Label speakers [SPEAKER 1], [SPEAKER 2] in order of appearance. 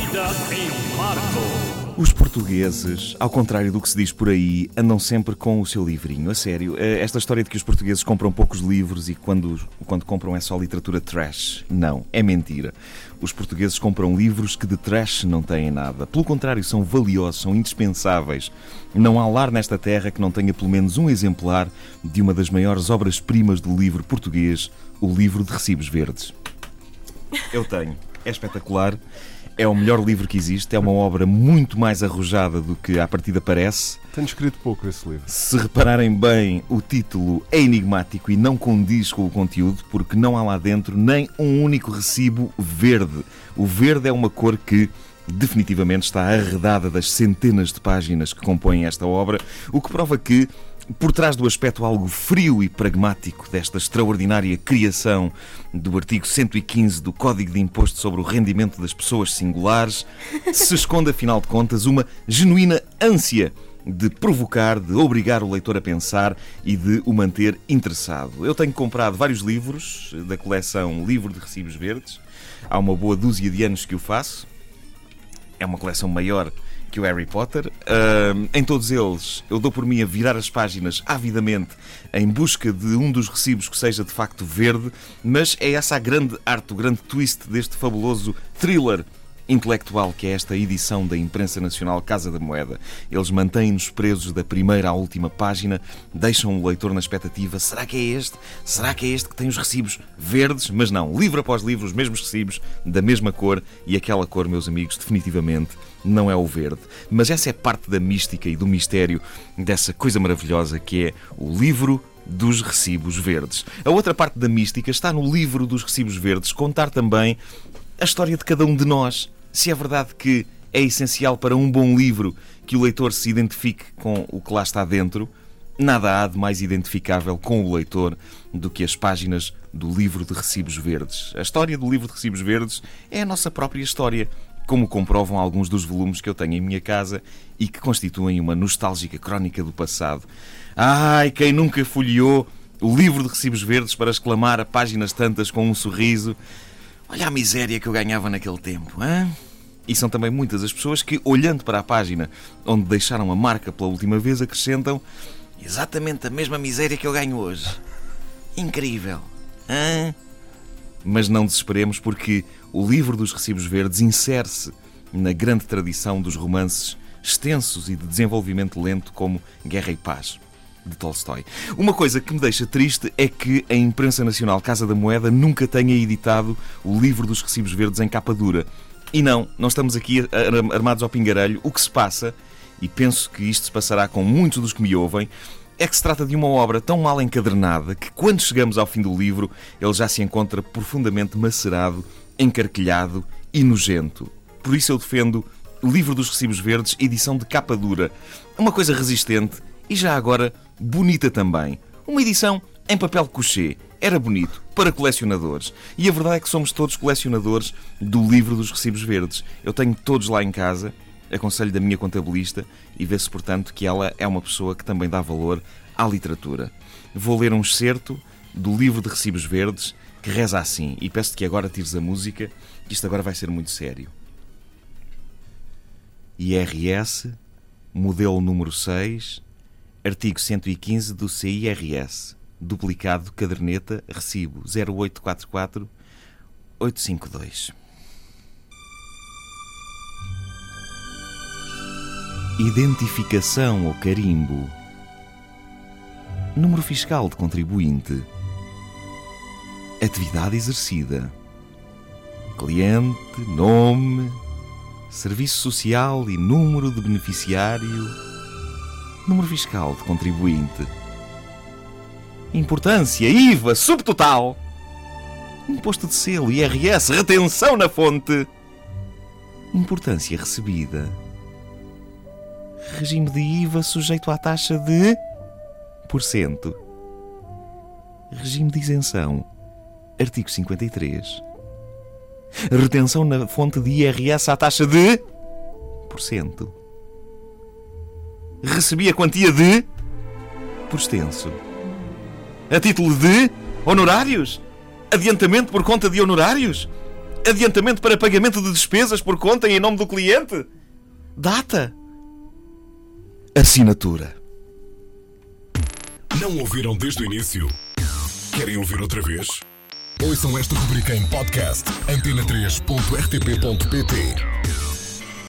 [SPEAKER 1] Vida em Marco.
[SPEAKER 2] Os portugueses, ao contrário do que se diz por aí, andam sempre com o seu livrinho. A sério, esta história de que os portugueses compram poucos livros e quando compram é só literatura trash. Não, é mentira. Os portugueses compram livros que de trash não têm nada. Pelo contrário, são valiosos, são indispensáveis. Não há lar nesta terra que não tenha pelo menos um exemplar de uma das maiores obras-primas do livro português, o livro de Recibos Verdes. Eu tenho. É espetacular. É o melhor livro que existe. É uma obra muito mais arrojada do que à partida parece.
[SPEAKER 3] Tenho escrito pouco esse livro.
[SPEAKER 2] Se repararem bem, o título é enigmático e não condiz com o conteúdo, porque não há lá dentro nem um único recibo verde. O verde é uma cor que definitivamente está arredada das centenas de páginas que compõem esta obra, o que prova que, por trás do aspecto algo frio e pragmático desta extraordinária criação do artigo 115 do Código de Imposto sobre o Rendimento das Pessoas Singulares, se esconde, afinal de contas, uma genuína ânsia de provocar, de obrigar o leitor a pensar e de o manter interessado. Eu tenho comprado vários livros da coleção Livro de Recibos Verdes. Há uma boa dúzia de anos que o faço. É uma coleção maior que o Harry Potter. Em todos eles eu dou por mim a virar as páginas avidamente em busca de um dos recibos que seja de facto verde, mas é essa a grande arte, o grande twist deste fabuloso thriller intelectual que é esta edição da imprensa nacional Casa da Moeda. Eles mantêm-nos presos da primeira à última página, deixam o leitor na expectativa. Será que é este? Será que é este que tem os recibos verdes? Mas não, livro após livro, os mesmos recibos, da mesma cor, e aquela cor, meus amigos, definitivamente não é o verde. Mas essa é parte da mística e do mistério dessa coisa maravilhosa que é o livro dos recibos verdes. A outra parte da mística está no livro dos recibos verdes contar também a história de cada um de nós. Se é verdade que é essencial para um bom livro que o leitor se identifique com o que lá está dentro, nada há de mais identificável com o leitor do que as páginas do livro de Recibos Verdes. A história do livro de Recibos Verdes é a nossa própria história, como comprovam alguns dos volumes que eu tenho em minha casa e que constituem uma nostálgica crónica do passado. Ai, quem nunca folheou o livro de Recibos Verdes para exclamar a páginas tantas com um sorriso: olha a miséria que eu ganhava naquele tempo, hein? E são também muitas as pessoas que, olhando para a página onde deixaram a marca pela última vez, acrescentam: exatamente a mesma miséria que eu ganho hoje. Incrível, hein? Mas não desesperemos, porque o livro dos Recibos Verdes insere-se na grande tradição dos romances extensos e de desenvolvimento lento como Guerra e Paz, de Tolstói. Uma coisa que me deixa triste é que a imprensa nacional Casa da Moeda nunca tenha editado o livro dos Recibos Verdes em capa dura. E não estamos aqui armados ao pingarelho. O que se passa, e penso que isto se passará com muitos dos que me ouvem, é que se trata de uma obra tão mal encadernada que, quando chegamos ao fim do livro, ele já se encontra profundamente macerado, encarquilhado e nojento. Por isso eu defendo o livro dos Recibos Verdes, edição de capa dura. Uma coisa resistente e já agora bonita também. Uma edição em papel couché. Era bonito, para colecionadores. E a verdade é que somos todos colecionadores do livro dos Recibos Verdes. Eu tenho todos lá em casa, aconselho da minha contabilista, e vê-se, portanto, que ela é uma pessoa que também dá valor à literatura. Vou ler um excerto do livro de Recibos Verdes, que reza assim, e peço-te que agora tires a música, que isto agora vai ser muito sério. IRS, modelo número 6, artigo 115 do CIRS, duplicado, caderneta, recibo 0844-852. Identificação ou carimbo. Número fiscal de contribuinte. Atividade exercida. Cliente, nome, serviço social e número de beneficiário. Número fiscal de contribuinte. Importância, IVA, subtotal. Imposto de selo, IRS, retenção na fonte. Importância recebida. Regime de IVA sujeito à taxa de %. Regime de isenção. Artigo 53. Retenção na fonte de IRS à taxa de %. Recebi a quantia de por extenso. A título de honorários? Adiantamento por conta de honorários? Adiantamento para pagamento de despesas por conta e em nome do cliente? Data? Assinatura.
[SPEAKER 3] Não ouviram desde o início? Querem ouvir outra vez? Ouçam esta rubrica em podcast antena3.rtp.pt.